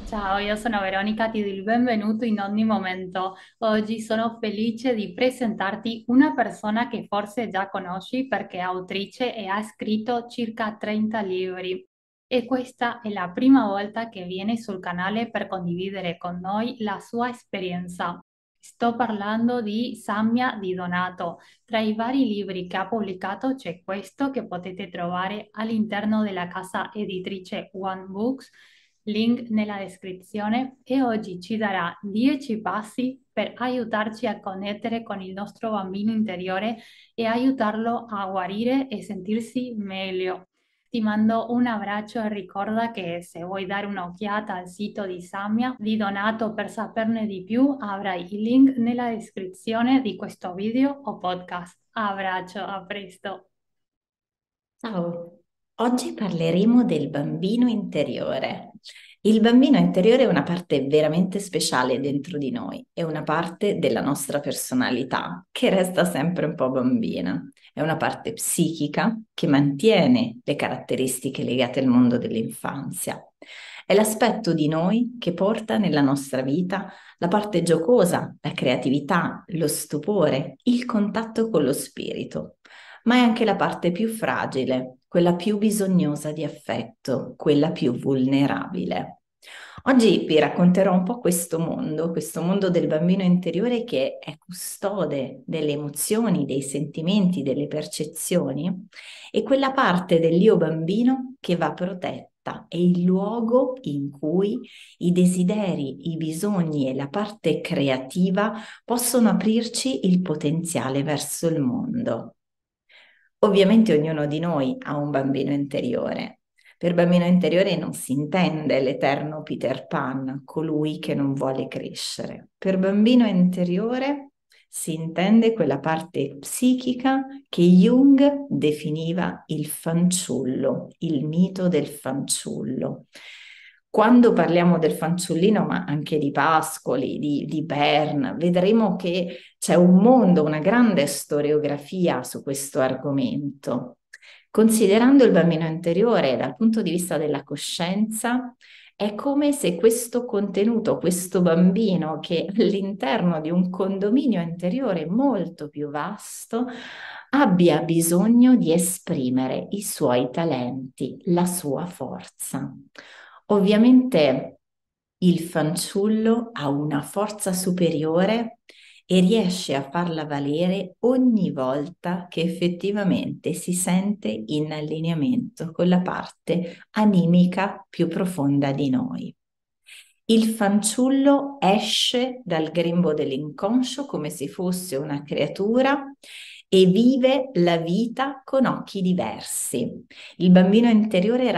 Ciao, io sono Veronica, ti do il benvenuto in ogni momento. Oggi sono felice di presentarti una persona che forse già conosci perché è autrice e ha scritto circa 30 libri. E questa è la prima volta che viene sul canale per condividere con noi la sua esperienza. Sto parlando di Samia Di Donato. Tra i vari libri che ha pubblicato c'è questo che potete trovare all'interno della casa editrice One Books, link nella descrizione, e oggi ci darà 10 passi per aiutarci a connettere con il nostro bambino interiore e aiutarlo a guarire e sentirsi meglio. Ti mando un abbraccio e ricorda che se vuoi dare un'occhiata al sito di Samia Di Donato per saperne di più, avrai il link nella descrizione di questo video o podcast. Abbraccio, a presto. Ciao, oggi parleremo del bambino interiore. Il bambino interiore è una parte veramente speciale dentro di noi, è una parte della nostra personalità che resta sempre un po' bambina. È una parte psichica che mantiene le caratteristiche legate al mondo dell'infanzia. È l'aspetto di noi che porta nella nostra vita la parte giocosa, la creatività, lo stupore, il contatto con lo spirito, ma è anche la parte più fragile, quella più bisognosa di affetto, quella più vulnerabile. Oggi vi racconterò un po' questo mondo del bambino interiore che è custode delle emozioni, dei sentimenti, delle percezioni, e quella parte dell'io bambino che va protetta, è il luogo in cui i desideri, i bisogni e la parte creativa possono aprirci il potenziale verso il mondo. Ovviamente ognuno di noi ha un bambino interiore. Per bambino interiore non si intende l'eterno Peter Pan, colui che non vuole crescere. Per bambino interiore si intende quella parte psichica che Jung definiva il fanciullo, il mito del fanciullo. Quando parliamo del fanciullino, ma anche di Pascoli, di Bern, vedremo che c'è un mondo, una grande storiografia su questo argomento. Considerando il bambino interiore dal punto di vista della coscienza, è come se questo contenuto, questo bambino che all'interno di un condominio interiore molto più vasto, abbia bisogno di esprimere i suoi talenti, la sua forza. Ovviamente il fanciullo ha una forza superiore e riesce a farla valere ogni volta che effettivamente si sente in allineamento con la parte animica più profonda di noi. Il fanciullo esce dal grembo dell'inconscio come se fosse una creatura e vive la vita con occhi diversi. Il bambino interiore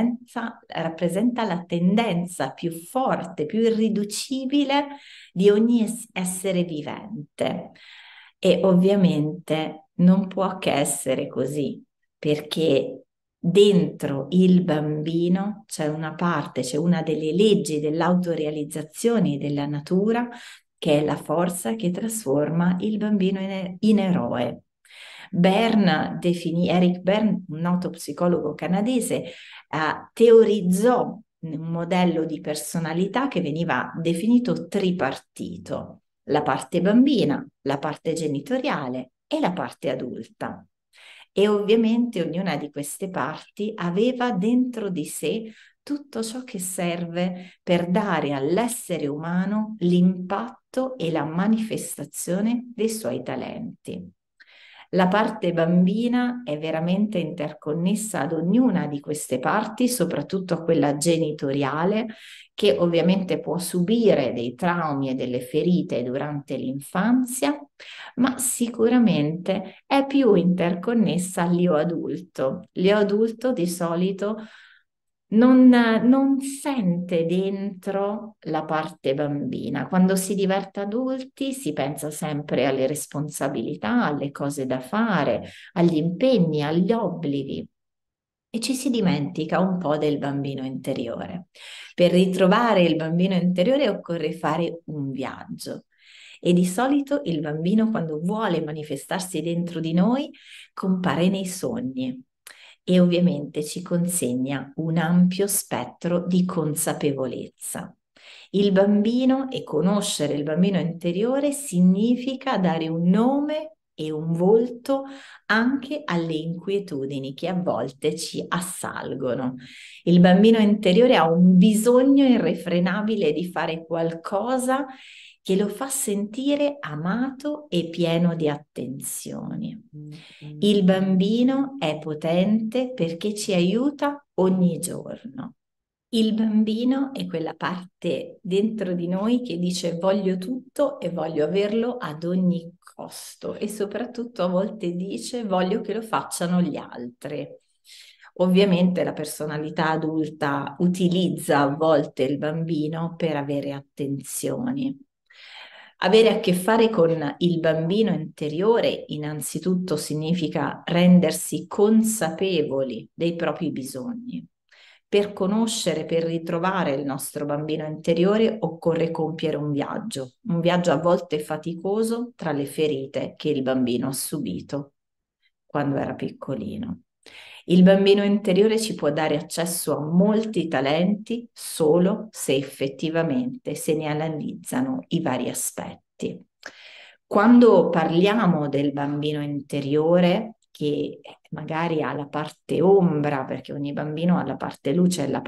rappresenta la tendenza più forte, più irriducibile di ogni essere vivente. E ovviamente non può che essere così, perché dentro il bambino c'è una parte, c'è una delle leggi dell'autorealizzazione della natura, che è la forza che trasforma il bambino in eroe. Eric Berne, un noto psicologo canadese, teorizzò un modello di personalità che veniva definito tripartito: la parte bambina, la parte genitoriale e la parte adulta. E ovviamente ognuna di queste parti aveva dentro di sé tutto ciò che serve per dare all'essere umano l'impatto e la manifestazione dei suoi talenti. La parte bambina è veramente interconnessa ad ognuna di queste parti, soprattutto a quella genitoriale, che ovviamente può subire dei traumi e delle ferite durante l'infanzia, ma sicuramente è più interconnessa all'io adulto. L'io adulto di solito non sente dentro la parte bambina. Quando si diventa adulti si pensa sempre alle responsabilità, alle cose da fare, agli impegni, agli obblighi e ci si dimentica un po' del bambino interiore. Per ritrovare il bambino interiore occorre fare un viaggio. E di solito il bambino, quando vuole manifestarsi dentro di noi, compare nei sogni e ovviamente ci consegna un ampio spettro di consapevolezza. Il bambino e conoscere il bambino interiore significa dare un nome e un volto anche alle inquietudini che a volte ci assalgono. Il bambino interiore ha un bisogno irrefrenabile di fare qualcosa che lo fa sentire amato e pieno di attenzioni. Il bambino è potente perché ci aiuta ogni giorno. Il bambino è quella parte dentro di noi che dice voglio tutto e voglio averlo ad ogni costo e soprattutto a volte dice voglio che lo facciano gli altri. Ovviamente la personalità adulta utilizza a volte il bambino per avere attenzioni. Avere a che fare con il bambino interiore innanzitutto significa rendersi consapevoli dei propri bisogni. Per conoscere, per ritrovare il nostro bambino interiore occorre compiere un viaggio a volte faticoso tra le ferite che il bambino ha subito quando era piccolino. Il bambino interiore ci può dare accesso a molti talenti solo se effettivamente se ne analizzano i vari aspetti. Quando parliamo del bambino interiore, che magari ha la parte ombra, perché ogni bambino ha la parte luce e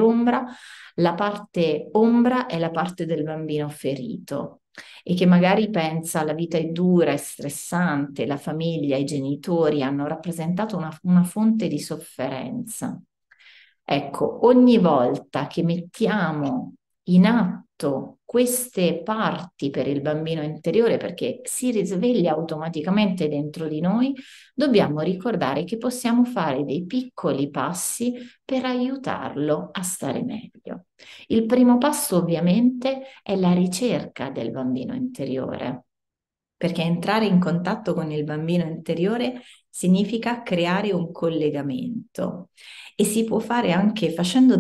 la parte ombra è la parte del bambino ferito e che magari pensa la vita è dura, è stressante, la famiglia, i genitori hanno rappresentato una fonte di sofferenza. Ecco, ogni volta che mettiamo in atto queste parti per il bambino interiore, perché si risveglia automaticamente dentro di noi, dobbiamo ricordare che possiamo fare dei piccoli passi per aiutarlo a stare meglio. Il primo passo ovviamente è la ricerca del bambino interiore, perché entrare in contatto con il bambino interiore significa creare un collegamento e si può fare anche facendo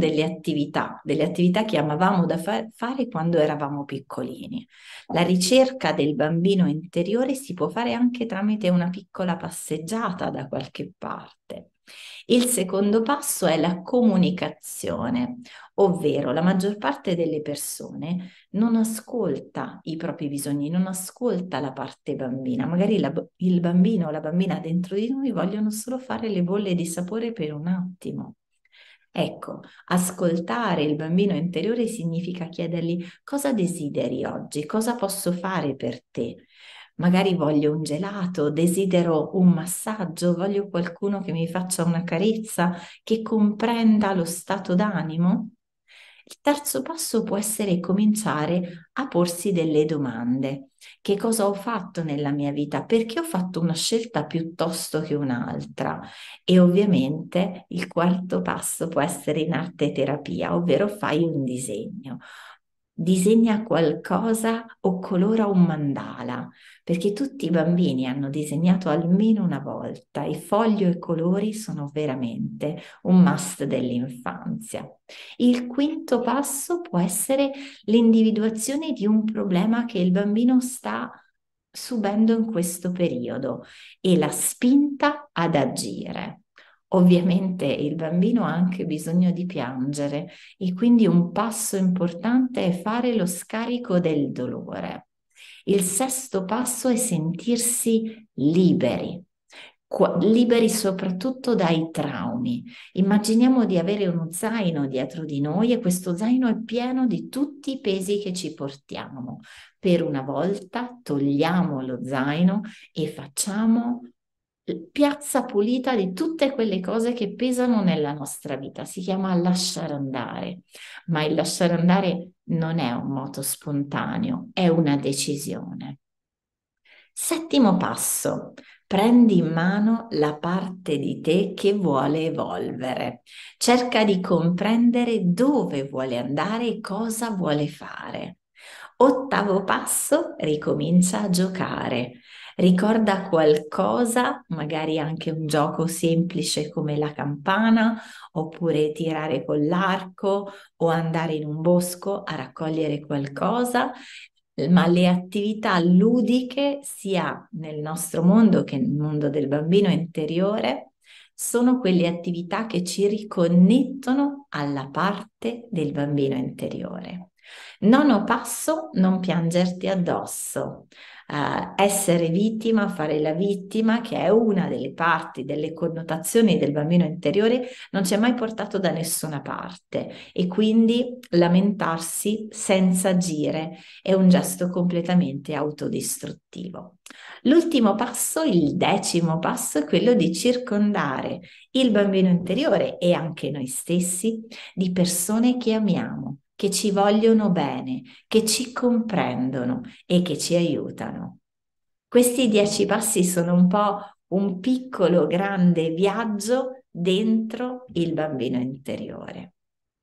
delle attività che amavamo da fare quando eravamo piccolini. La ricerca del bambino interiore si può fare anche tramite una piccola passeggiata da qualche parte. Il secondo passo è la comunicazione, ovvero la maggior parte delle persone non ascolta i propri bisogni, non ascolta la parte bambina. Magari il bambino o la bambina dentro di noi vogliono solo fare le bolle di sapore per un attimo. Ecco, ascoltare il bambino interiore significa chiedergli cosa desideri oggi, cosa posso fare per te. Magari voglio un gelato, desidero un massaggio, voglio qualcuno che mi faccia una carezza, che comprenda lo stato d'animo. Il terzo passo può essere cominciare a porsi delle domande. Che cosa ho fatto nella mia vita? Perché ho fatto una scelta piuttosto che un'altra? E ovviamente il quarto passo può essere in arte terapia, ovvero fai un disegno. Disegna qualcosa o colora un mandala, perché tutti i bambini hanno disegnato almeno una volta. I foglio e colori sono veramente un must dell'infanzia. Il quinto passo può essere l'individuazione di un problema che il bambino sta subendo in questo periodo e la spinta ad agire. Ovviamente il bambino ha anche bisogno di piangere e quindi un passo importante è fare lo scarico del dolore. Il sesto passo è sentirsi liberi, liberi soprattutto dai traumi. Immaginiamo di avere uno zaino dietro di noi e questo zaino è pieno di tutti i pesi che ci portiamo. Per una volta togliamo lo zaino e facciamo piazza pulita di tutte quelle cose che pesano nella nostra vita. Si chiama lasciare andare, ma il lasciare andare non è un moto spontaneo, è una decisione. Settimo passo, prendi in mano la parte di te che vuole evolvere. Cerca di comprendere dove vuole andare e cosa vuole fare. Ottavo passo, ricomincia a giocare. Ricorda qualcosa, magari anche un gioco semplice come la campana, oppure tirare con l'arco o andare in un bosco a raccogliere qualcosa, ma le attività ludiche, sia nel nostro mondo che nel mondo del bambino interiore, sono quelle attività che ci riconnettono alla parte del bambino interiore. Nono passo, non piangerti addosso. Essere vittima, fare la vittima, che è una delle parti, delle connotazioni del bambino interiore, non ci è mai portato da nessuna parte e quindi lamentarsi senza agire è un gesto completamente autodistruttivo. L'ultimo passo, il decimo passo, è quello di circondare il bambino interiore e anche noi stessi di persone che amiamo, che ci vogliono bene, che ci comprendono e che ci aiutano. Questi 10 passi sono un po' un piccolo grande viaggio dentro il bambino interiore.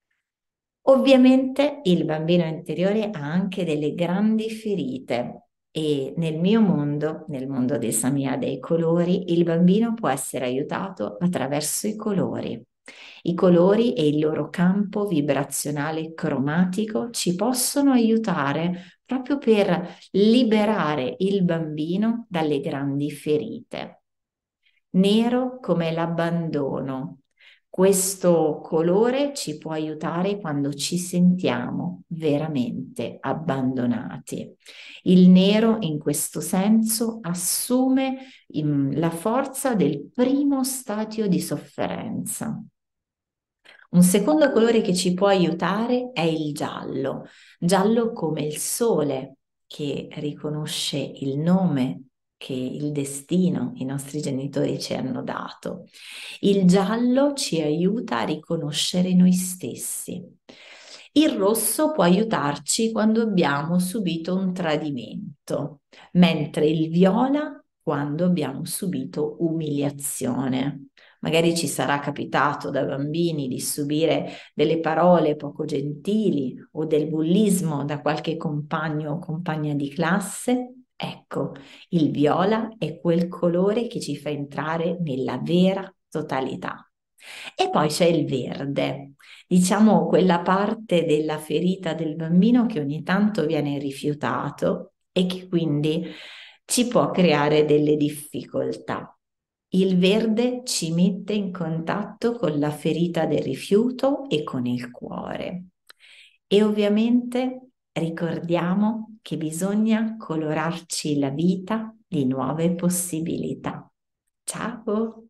Ovviamente il bambino interiore ha anche delle grandi ferite e nel mio mondo, nel mondo di Samia dei colori, il bambino può essere aiutato attraverso i colori. I colori e il loro campo vibrazionale cromatico ci possono aiutare proprio per liberare il bambino dalle grandi ferite. Nero come l'abbandono. Questo colore ci può aiutare quando ci sentiamo veramente abbandonati. Il nero in questo senso assume la forza del primo stadio di sofferenza. Un secondo colore che ci può aiutare è il giallo come il sole che riconosce il nome che il destino, i nostri genitori ci hanno dato. Il giallo ci aiuta a riconoscere noi stessi. Il rosso può aiutarci quando abbiamo subito un tradimento, mentre il viola quando abbiamo subito umiliazione. Magari ci sarà capitato da bambini di subire delle parole poco gentili o del bullismo da qualche compagno o compagna di classe. Ecco, il viola è quel colore che ci fa entrare nella vera totalità. E poi c'è il verde, diciamo quella parte della ferita del bambino che ogni tanto viene rifiutato e che quindi ci può creare delle difficoltà. Il verde ci mette in contatto con la ferita del rifiuto e con il cuore. E ovviamente ricordiamo che bisogna colorarci la vita di nuove possibilità. Ciao!